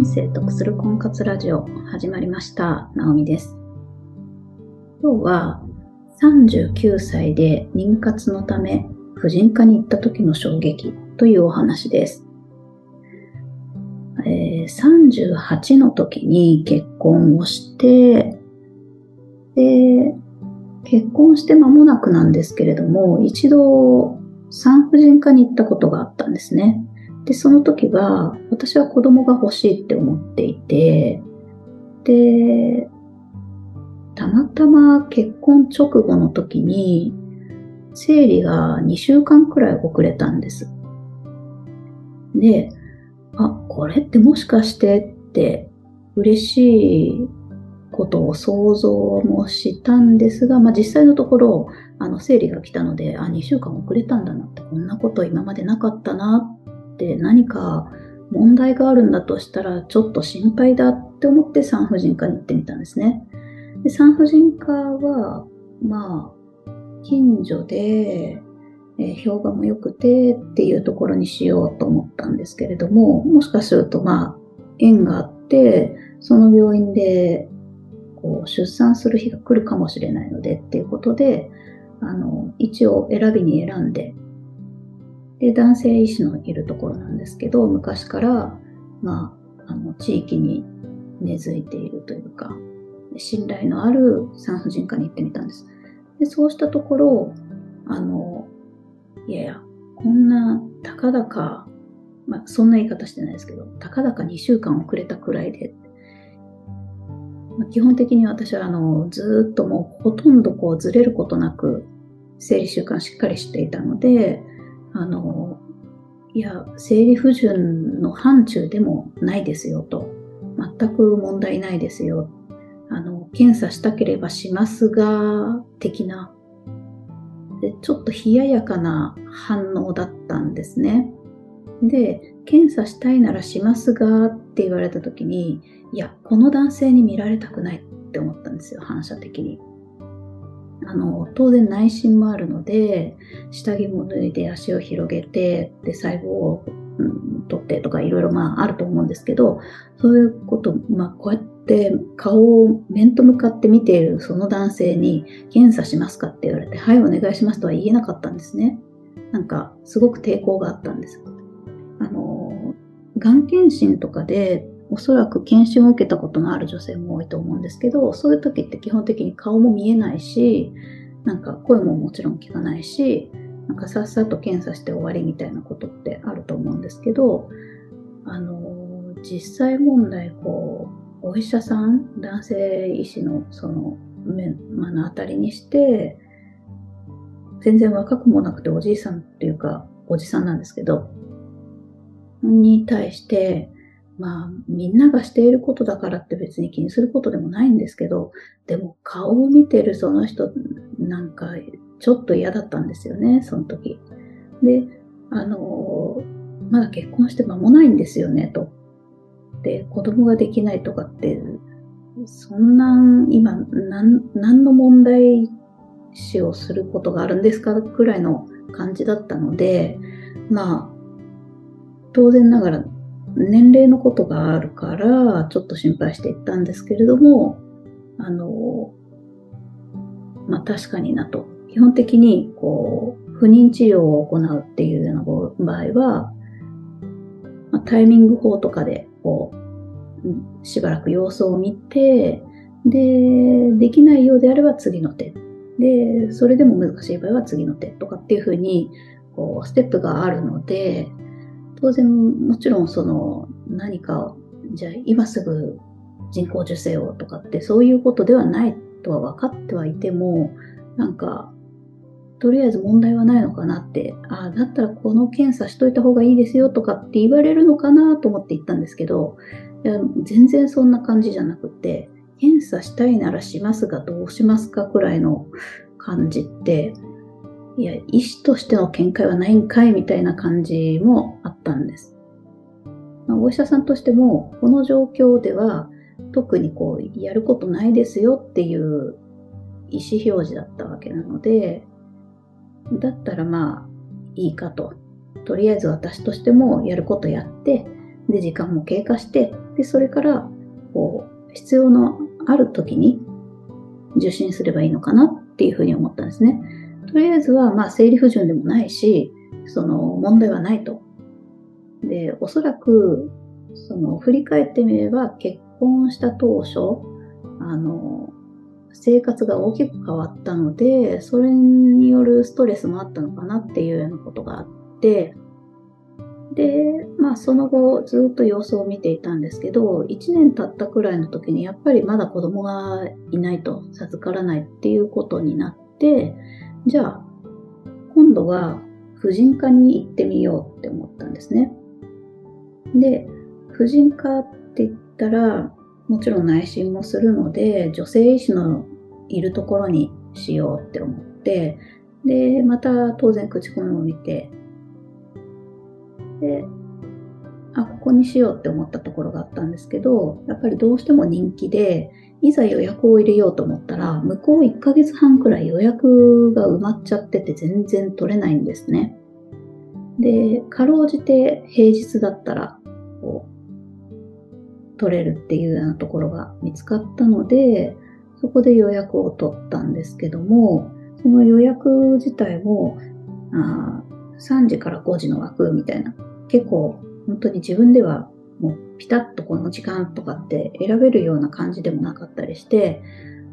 人生得する婚活ラジオ始まりました。なおみです。今日は39歳で妊活のため婦人科に行った時の衝撃というお話です。38の時に結婚をして、で、結婚して間もなくなんですけれども、一度産婦人科に行ったことがあったんですね。で、その時は私は子供が欲しいって思っていて、で、たまたま結婚直後の時に生理が2週間くらい遅れたんです。で、これってもしかしてって嬉しいことを想像もしたんですが、実際のところ生理が来たので、2週間遅れたんだなって、こんなこと今までなかったなって、何か問題があるんだとしたらちょっと心配だって思って産婦人科に行ってみたんですね。で、産婦人科は近所で、評判も良くてっていうところにしようと思ったんですけれども、もしかすると縁があってその病院で出産する日が来るかもしれないのでっていうことで、一応選びに選んで、で男性医師のいるところなんですけど、昔から地域に根付いているというか信頼のある産婦人科に行ってみたんです。で、そうしたところ、こんなたかだか、そんな言い方してないですけど、たかだか2週間遅れたくらいで、基本的に私はずっともうほとんどずれることなく生理習慣しっかりしていたので、生理不順の範疇でもないですよと、全く問題ないですよ、検査したければしますが的なで、ちょっと冷ややかな反応だったんですね。で、検査したいならしますがって言われた時に、この男性に見られたくないって思ったんですよ、反射的に。当然内診もあるので、下着も脱いで足を広げて、で細胞を、取ってとかいろいろあると思うんですけど、そういうこと、こうやって顔を面と向かって見ているその男性に検査しますかって言われて、はいお願いしますとは言えなかったんですね。すごく抵抗があったんです。がん検診とかでおそらく検診を受けたことのある女性も多いと思うんですけど、そういう時って基本的に顔も見えないし、声ももちろん聞かないし、さっさと検査して終わりみたいなことってあると思うんですけど、実際問題お医者さん、男性医師の目の当たりにして、全然若くもなくておじいさんっていうかおじさんなんですけどに対して、みんながしていることだからって別に気にすることでもないんですけど、でも顔を見てるその人ちょっと嫌だったんですよね、その時。で、まだ結婚して間もないんですよねと。で、子供ができないとかって、そんな今何の問題視をすることがあるんですかくらいの感じだったので、当然ながら年齢のことがあるからちょっと心配していったんですけれども、確かになと。基本的に不妊治療を行うっていうような場合は、タイミング法とかでしばらく様子を見て、できないようであれば次の手で、それでも難しい場合は次の手とかっていうふうにステップがあるので、当然もちろん何かじゃあ今すぐ人工授精をとかってそういうことではないとは分かってはいても、とりあえず問題はないのかなって、だったらこの検査しといた方がいいですよとかって言われるのかなと思って行ったんですけど、全然そんな感じじゃなくて、検査したいならしますがどうしますかくらいの感じって、医師としての見解はないんかいみたいな感じもあったんです。お医者さんとしてもこの状況では特にやることないですよっていう意思表示だったわけなので、だったらいいかと。とりあえず私としてもやることやって、 で、時間も経過して、で、それから、必要のある時に受診すればいいのかなっていうふうに思ったんですね。とりあえずは、生理不順でもないし、問題はないと。で、おそらく、振り返ってみれば、結婚した当初、生活が大きく変わったので、それによるストレスもあったのかなっていうようなことがあって、で、その後ずっと様子を見ていたんですけど、1年経ったくらいの時にやっぱりまだ子供がいないと、授からないっていうことになって、じゃあ今度は婦人科に行ってみようって思ったんですね。で、婦人科って言ったら、もちろん内診もするので、女性医師のいるところにしようって思って、で、また当然口コミを見て、で、ここにしようって思ったところがあったんですけど、やっぱりどうしても人気で、いざ予約を入れようと思ったら、向こう1ヶ月半くらい予約が埋まっちゃってて全然取れないんですね。で、かろうじて平日だったら、取れるっていうようなところが見つかったので、そこで予約を取ったんですけども、その予約自体も、3時から5時の枠みたいな、結構本当に自分ではもうピタッとこの時間とかって選べるような感じでもなかったりして、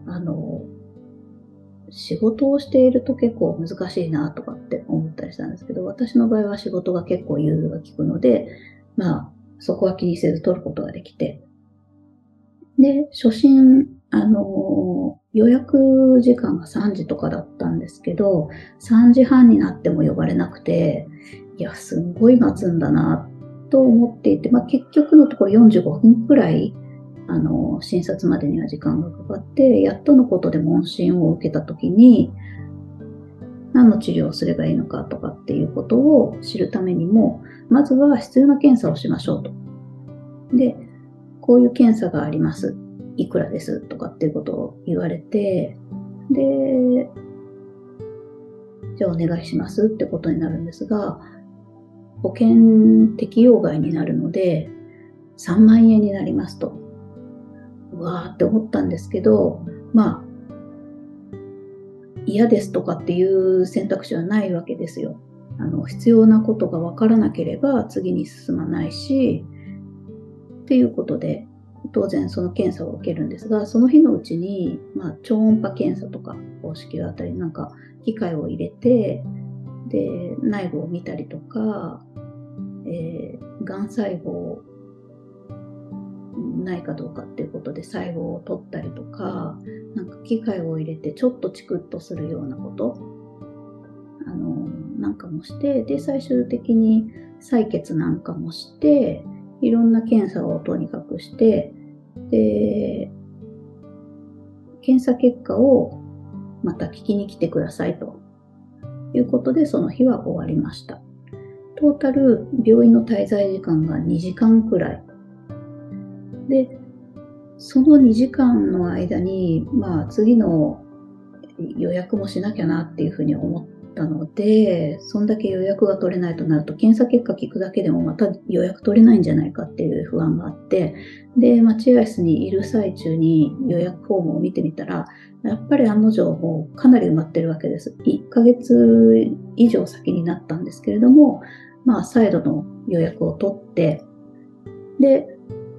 仕事をしていると結構難しいなとかって思ったりしたんですけど、私の場合は仕事が結構融通が利くので、そこは気にせず取ることができて。で、初診、予約時間が3時とかだったんですけど、3時半になっても呼ばれなくて、いや、すんごい待つんだなと思っていて、結局のところ45分くらい、診察までには時間がかかって、やっとのことで問診を受けたときに、何の治療をすればいいのかとかっていうことを知るためにも、まずは必要な検査をしましょうと。で、こういう検査があります。いくらですとかっていうことを言われて、で、じゃあお願いしますってことになるんですが、保険適用外になるので、3万円になりますと。うわーって思ったんですけど、嫌ですとかっていう選択肢はないわけですよ。必要なことが分からなければ次に進まないし、っていうことで、当然その検査を受けるんですが、その日のうちに、超音波検査とか、子宮あたり機械を入れて、で、内部を見たりとか、がん細胞ないかどうかっていうことで細胞を取ったりとか、機械を入れてちょっとチクッとするようなこと、なんかもして、で、最終的に採血なんかもして、いろんな検査をとにかくして、で、検査結果をまた聞きに来てくださいということで、その日は終わりました。トータル病院の滞在時間が2時間くらい。で、その2時間の間に、次の予約もしなきゃなっていうふうに思ったので、そんだけ予約が取れないとなると、検査結果聞くだけでもまた予約取れないんじゃないかっていう不安があって、で、待合室にいる最中に予約フォームを見てみたら、やっぱり案の定もうかなり埋まってるわけです。1ヶ月以上先になったんですけれども、再度の予約を取って、で、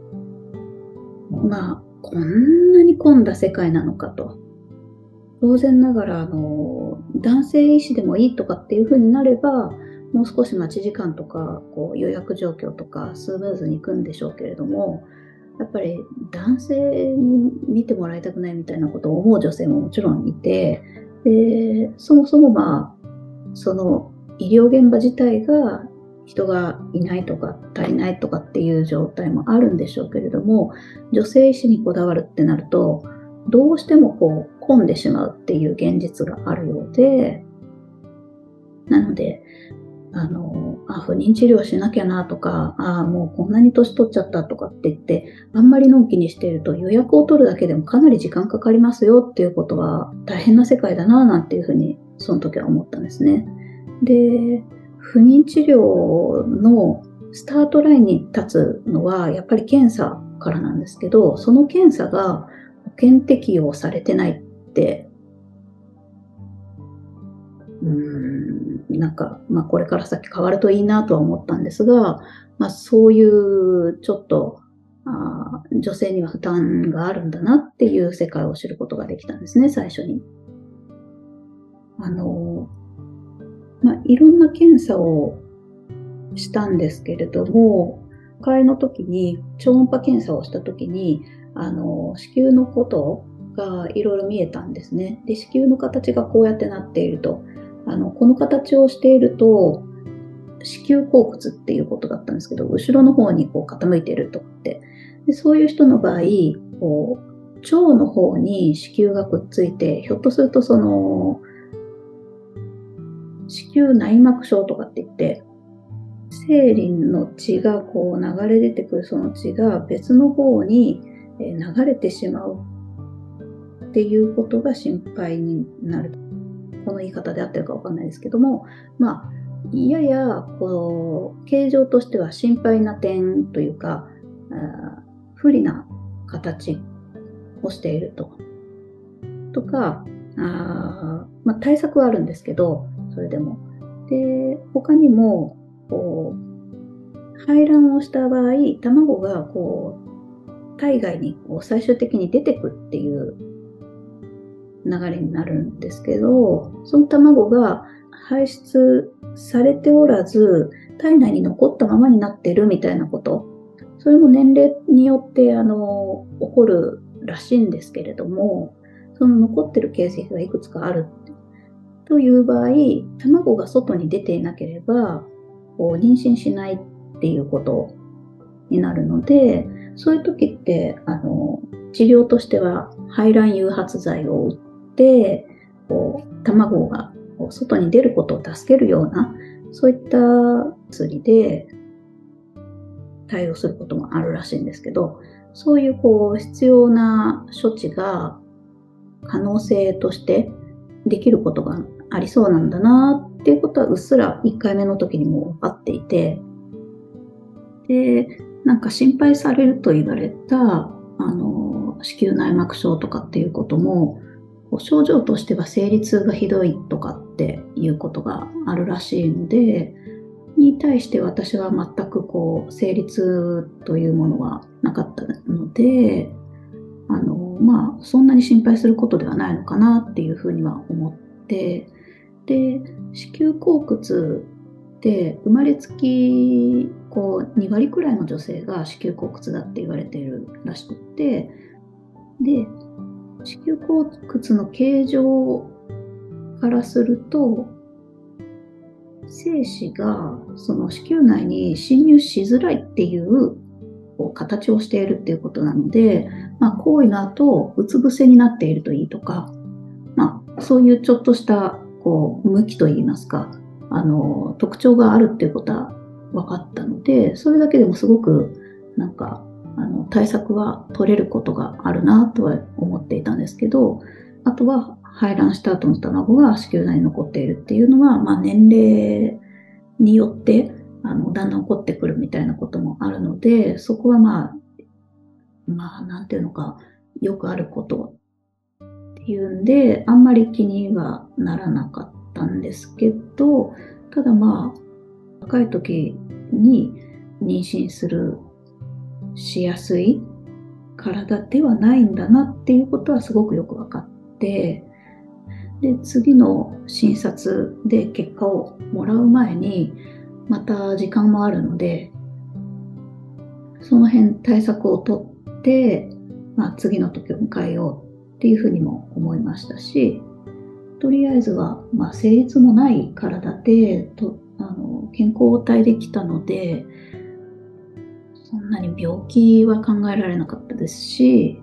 こんなに混んだ世界なのかと。当然ながら、男性医師でもいいとかっていう風になれば、もう少し待ち時間とか、予約状況とかスムーズにいくんでしょうけれども、やっぱり男性に見てもらいたくないみたいなことを思う女性ももちろんいて、で、そもそもその医療現場自体が人がいないとか足りないとかっていう状態もあるんでしょうけれども、女性医師にこだわるってなると、どうしても混んでしまうっていう現実があるようで、なので、不妊治療しなきゃなとか、もうこんなに年取っちゃったとかって言って、あんまりのんきにしていると予約を取るだけでもかなり時間かかりますよっていうことは大変な世界だななんていうふうにその時は思ったんですね。で、不妊治療のスタートラインに立つのはやっぱり検査からなんですけど、その検査が保険適用されてないって、なんか、これから先変わるといいなとは思ったんですが、そういうちょっと、女性には負担があるんだなっていう世界を知ることができたんですね、最初に。いろんな検査をしたんですけれども、会の時に、超音波検査をした時に、子宮のことがいろいろ見えたんですね。で、子宮の形がこうやってなっていると。この形をしていると、子宮後屈っていうことだったんですけど、後ろの方にこう傾いているとって。で、そういう人の場合、こう、腸の方に子宮がくっついて、ひょっとするとその、子宮内膜症とかって言って、生理の血がこう流れ出てくるその血が別の方に流れてしまうっていうことが心配になる。この言い方で合ってるかわかんないですけども、ややこう形状としては心配な点というか、不利な形をしているとか、対策はあるんですけど、それでも。で、他にも、こう、排卵をした場合、卵がこう、体外にこう最終的に出てくっていう流れになるんですけど、その卵が排出されておらず、体内に残ったままになってるみたいなこと、それも年齢によって起こるらしいんですけれども、その残ってる形跡がいくつかあるという場合、卵が外に出ていなければ、こう妊娠しないっていうことになるので、そういう時って治療としては排卵誘発剤を打ってこう卵が外に出ることを助けるような、そういった薬で対応することもあるらしいんですけど、そういうこう必要な処置が可能性としてできることがありそうなんだなっていうことはうっすら1回目の時にも分かっていて、で、なんか心配されると言われた子宮内膜症とかっていうことも、症状としては生理痛がひどいとかっていうことがあるらしいので、に対して私は全くこう生理痛というものはなかったので、そんなに心配することではないのかなっていうふうには思って、で、子宮後屈って生まれつきこう2割くらいの女性が子宮後屈だって言われているらしくって、で、子宮後屈の形状からすると、精子がその子宮内に侵入しづらいっていう形をしているっていうことなので、行為の後、うつ伏せになっているといいとか、そういうちょっとした向きといいますか、特徴があるっていうことは分かったので、それだけでもすごくなんか対策は取れることがあるなとは思っていたんですけど、あとは排卵した後の卵が子宮内に残っているっていうのは、年齢によってだんだん起こってくるみたいなこともあるので、そこはなんていうのか、よくあることっていうんで、あんまり気にはならなかったんですけど、ただ若い時に妊娠しやすい体ではないんだなっていうことはすごくよく分かって、で、次の診察で結果をもらう前に、また時間もあるので、その辺対策をとって、次の時を迎えようっていうふうにも思いましたし、とりあえずは、生理痛もない体で健康体できたので、そんなに病気は考えられなかったですし、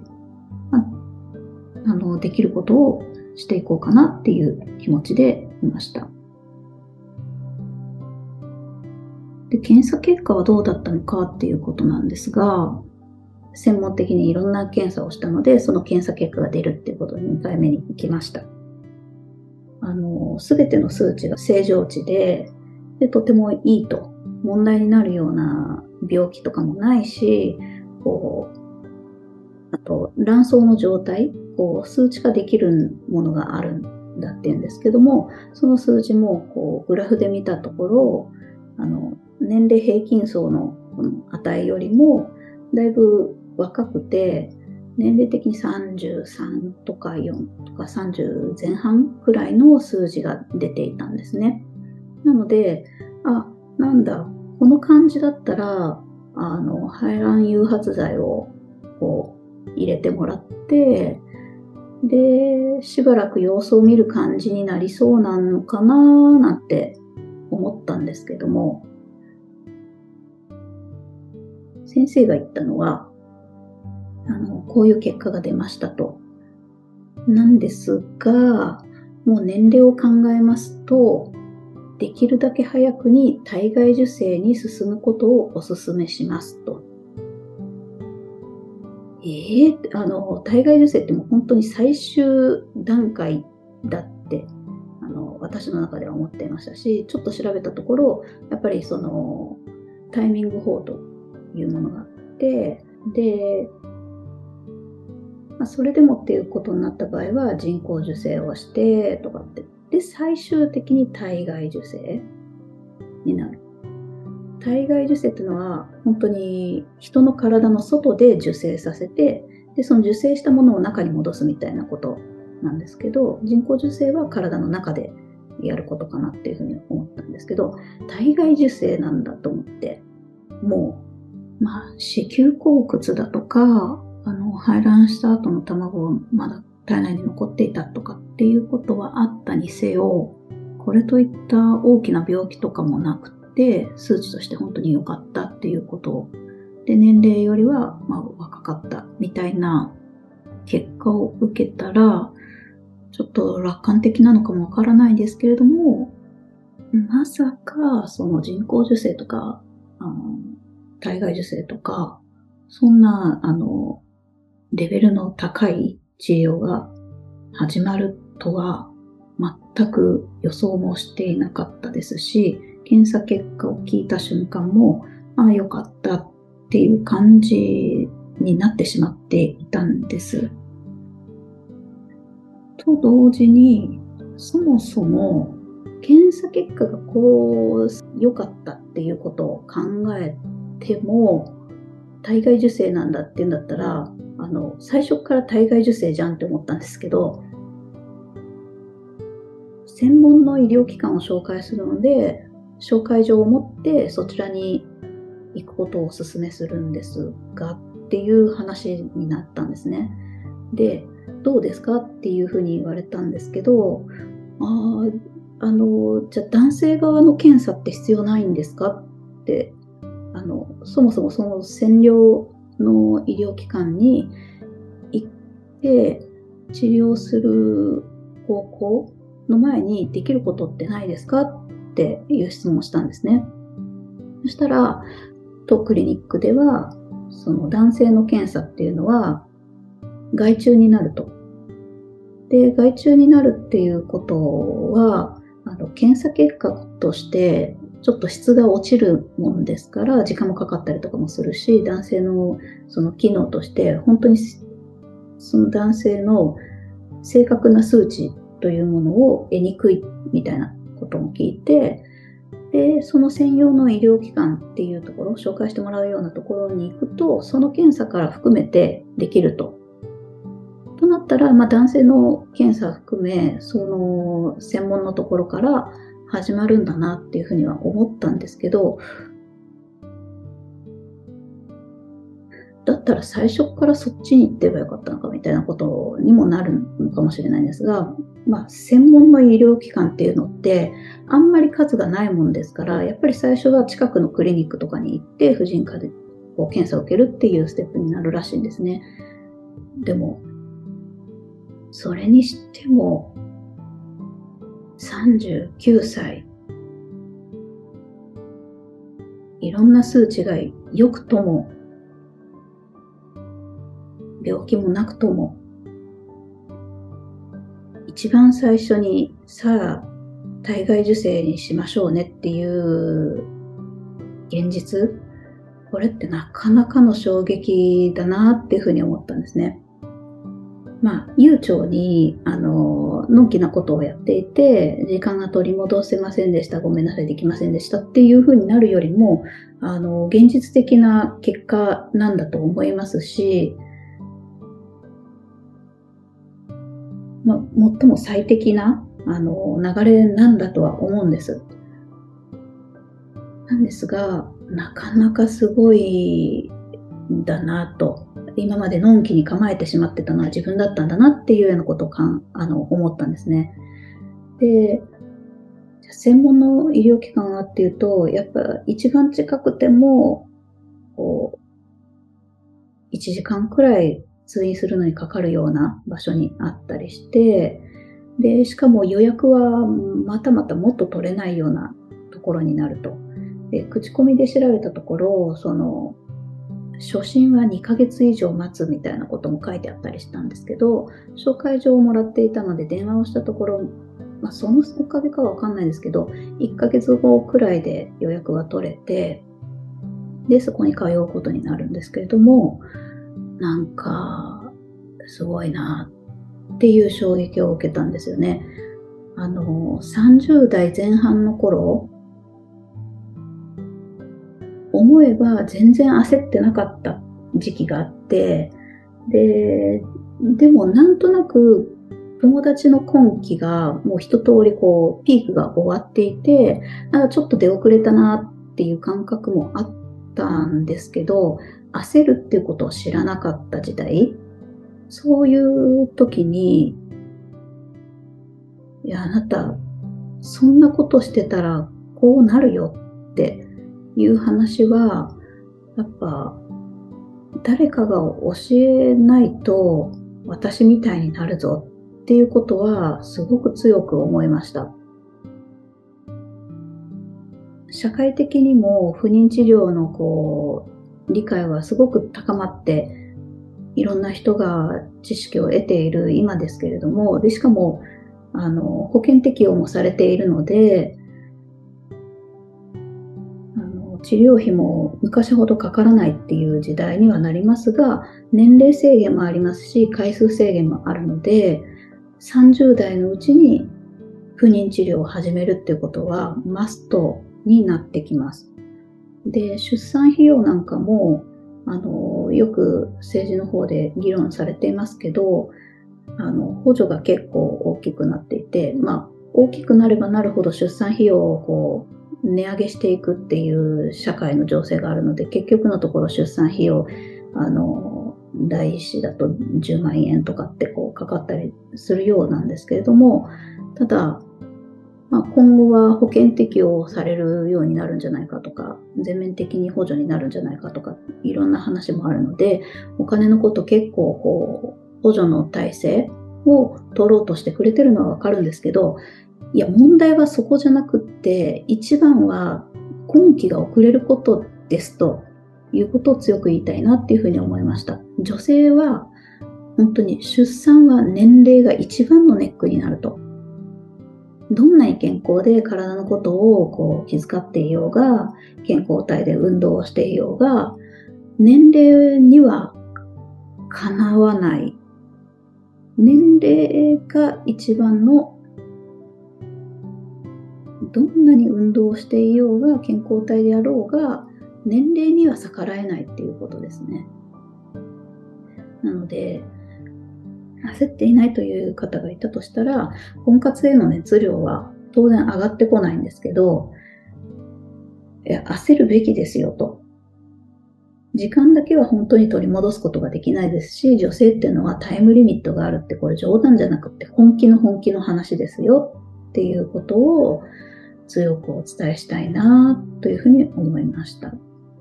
できることをしていこうかなっていう気持ちでいました。で、検査結果はどうだったのかっていうことなんですが、専門的にいろんな検査をしたので、その検査結果が出るっていうことに2回目に行きました。すべての数値が正常値で、とてもいいと問題になるような病気とかもないし、あと卵巣の状態、数値化できるものがあるんだって言うんですけども、その数字もグラフで見たところ、年齢平均層の値よりもだいぶ若くて、年齢的に33とか4とか30前半くらいの数字が出ていたんですね。なので、なんだ、この感じだったら、排卵誘発剤を入れてもらって、で、しばらく様子を見る感じになりそうなのかななんて思ったんですけども、先生が言ったのは、こういう結果が出ましたと。なんですが、もう年齢を考えますと、できるだけ早くに体外受精に進むことをお勧めしますと。体外受精ってもう本当に最終段階だって私の中では思っていましたし、ちょっと調べたところ、やっぱりそのタイミング法というものがあって、で、それでもっていうことになった場合は人工授精をしてとかって、で最終的に体外受精になる。体外受精っていうのは本当に人の体の外で受精させて、でその受精したものを中に戻すみたいなことなんですけど、人工授精は体の中でやることかなっていうふうに思ったんですけど、体外受精なんだと思って、もう子宮口屈だとか、排卵した後の卵がまだ体内に残っていたとかっていうことはあったにせよ、これといった大きな病気とかもなくて、数値として本当に良かったっていうことで、年齢よりは若かったみたいな結果を受けたら、ちょっと楽観的なのかもわからないですけれども、まさかその人工授精とか体外受精とか、そんなレベルの高い治療が始まるとは全く予想もしていなかったですし、検査結果を聞いた瞬間も、良かったっていう感じになってしまっていたんです。と同時に、そもそも検査結果が良かったっていうことを考えても、体外受精なんだっていうんだったら、最初から体外受精じゃんって思ったんですけど、専門の医療機関を紹介するので、紹介状を持ってそちらに行くことをお勧めするんですがっていう話になったんですね。で、どうですかっていうふうに言われたんですけど、じゃあ男性側の検査って必要ないんですかって、そもそもその専業の医療機関に行って治療する方向の前にできることってないですかっていう質問をしたんですね。そしたら、当クリニックでは、その男性の検査っていうのは外注になると。で、外注になるっていうことは、検査結果としてちょっと質が落ちるもんですから、時間もかかったりとかもするし、男性のその機能として本当にその男性の正確な数値というものを得にくいみたいなことも聞いて、で、その専用の医療機関っていうところを紹介してもらうようなところに行くと、その検査から含めてできると。となったら、男性の検査含め、その専門のところから始まるんだなっていうふうには思ったんですけど、だったら最初からそっちに行ってばよかったのかみたいなことにもなるのかもしれないんですが、専門の医療機関っていうのってあんまり数がないもんですから、やっぱり最初は近くのクリニックとかに行って婦人科で検査を受けるっていうステップになるらしいんですね。でも、それにしても39歳、いろんな数値が良くとも病気もなくとも、一番最初にさあ体外受精にしましょうねっていう現実、これってなかなかの衝撃だなっていうふうに思ったんですね。悠長に、のんきなことをやっていて、時間が取り戻せませんでした、ごめんなさい、できませんでしたっていうふうになるよりも、現実的な結果なんだと思いますし、最も最適な、流れなんだとは思うんです。なんですが、なかなかすごいんだなと。今までのんきに構えてしまってたのは自分だったんだなっていうようなことを思ったんですね。で、専門の医療機関はっていうと、やっぱ一番近くても、1時間くらい通院するのにかかるような場所にあったりして、で、しかも予約はまたもっと取れないようなところになると。で、口コミで調べたところ、初診は2ヶ月以上待つみたいなことも書いてあったりしたんですけど、紹介状をもらっていたので電話をしたところ、そのおかげかはわかんないですけど、1ヶ月後くらいで予約が取れて、で、そこに通うことになるんですけれども、なんか、すごいなっていう衝撃を受けたんですよね。30代前半の頃、思えば全然焦ってなかった時期があって、でもなんとなく友達の今期がもう一通りピークが終わっていて、ちょっと出遅れたなっていう感覚もあったんですけど、焦るっていうことを知らなかった時代、そういう時に、いや、あなた、そんなことしてたらこうなるよっていう話は、やっぱ誰かが教えないと私みたいになるぞっていうことはすごく強く思いました。社会的にも不妊治療の理解はすごく高まって、いろんな人が知識を得ている今ですけれども、でしかも保険適用もされているので、治療費も昔ほどかからないっていう時代にはなりますが、年齢制限もありますし、回数制限もあるので、30代のうちに不妊治療を始めるっていうことはマストになってきます。で、出産費用なんかも、よく政治の方で議論されていますけど、補助が結構大きくなっていて、大きくなればなるほど出産費用を値上げしていくっていう社会の情勢があるので、結局のところ出産費用、第一子だと10万円とかってかかったりするようなんですけれども、ただ、今後は保険適用されるようになるんじゃないかとか、全面的に補助になるんじゃないかとか、いろんな話もあるので、お金のこと結構補助の体制を取ろうとしてくれてるのはわかるんですけど、いや、問題はそこじゃなくって、一番は今期が遅れることですということを強く言いたいなっていうふうに思いました。女性は本当に出産は年齢が一番のネックになると。どんなに健康で体のことを気遣っていようが、健康体で運動をしていようが、年齢にはかなわない。年齢が一番の、どんなに運動をしていようが、健康体であろうが、年齢には逆らえないっていうことですね。なので、焦っていないという方がいたとしたら、婚活への熱量は当然上がってこないんですけど、焦るべきですよと。時間だけは本当に取り戻すことができないですし、女性っていうのはタイムリミットがあるって、これ冗談じゃなくて本気の話ですよっていうことを強くお伝えしたいなというふうに思いました。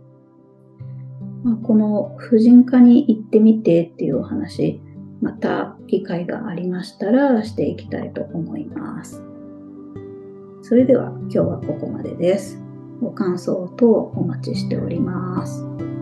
この婦人科に行ってみてっていうお話、また機会がありましたらしていきたいと思います。それでは今日はここまでです。ご感想等お待ちしております。